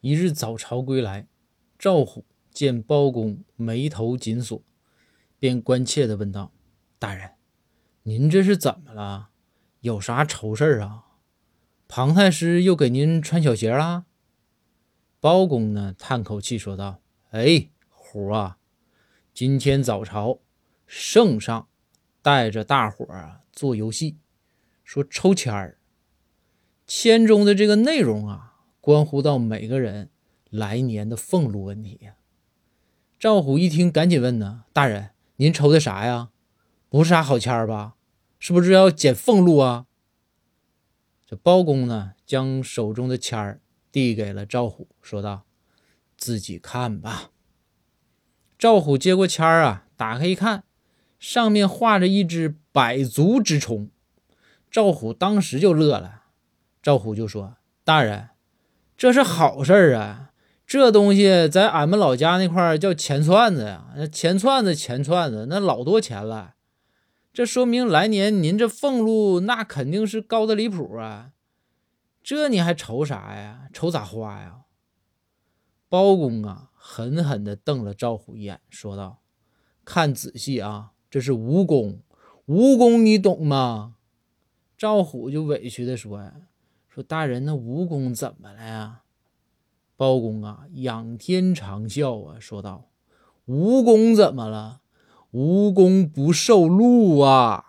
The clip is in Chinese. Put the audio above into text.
一日早朝归来，赵虎见包公眉头紧锁，便关切地问道：大人，您这是怎么了？有啥愁事儿啊？庞太师又给您穿小鞋啦？包公呢叹口气说道：哎，虎啊，今天早朝圣上带着大伙儿做游戏，说抽签儿，签中的这个内容啊，关乎到每个人来年的俸禄问题呀。赵虎一听赶紧问呢：大人，您抽的啥呀？不是啥好签儿吧？是不是要减俸禄啊？这包公呢将手中的签儿递给了赵虎，说道：自己看吧。赵虎接过签儿啊，打开一看，上面画着一只百足之虫。赵虎当时就乐了。赵虎就说：大人，这是好事儿啊，这东西在俺们老家那块叫钱串子呀，钱串子那老多钱了，这说明来年您这俸禄那肯定是高的离谱啊，这你还愁啥呀？愁咋花呀？包公啊狠狠地瞪了赵虎一眼，说道：看仔细啊，这是蜈蚣，蜈蚣你懂吗？赵虎就委屈地说：大人，那蜈蚣怎么了呀？包公啊仰天长啸啊，说道：蜈蚣怎么了？蜈蚣不受禄啊。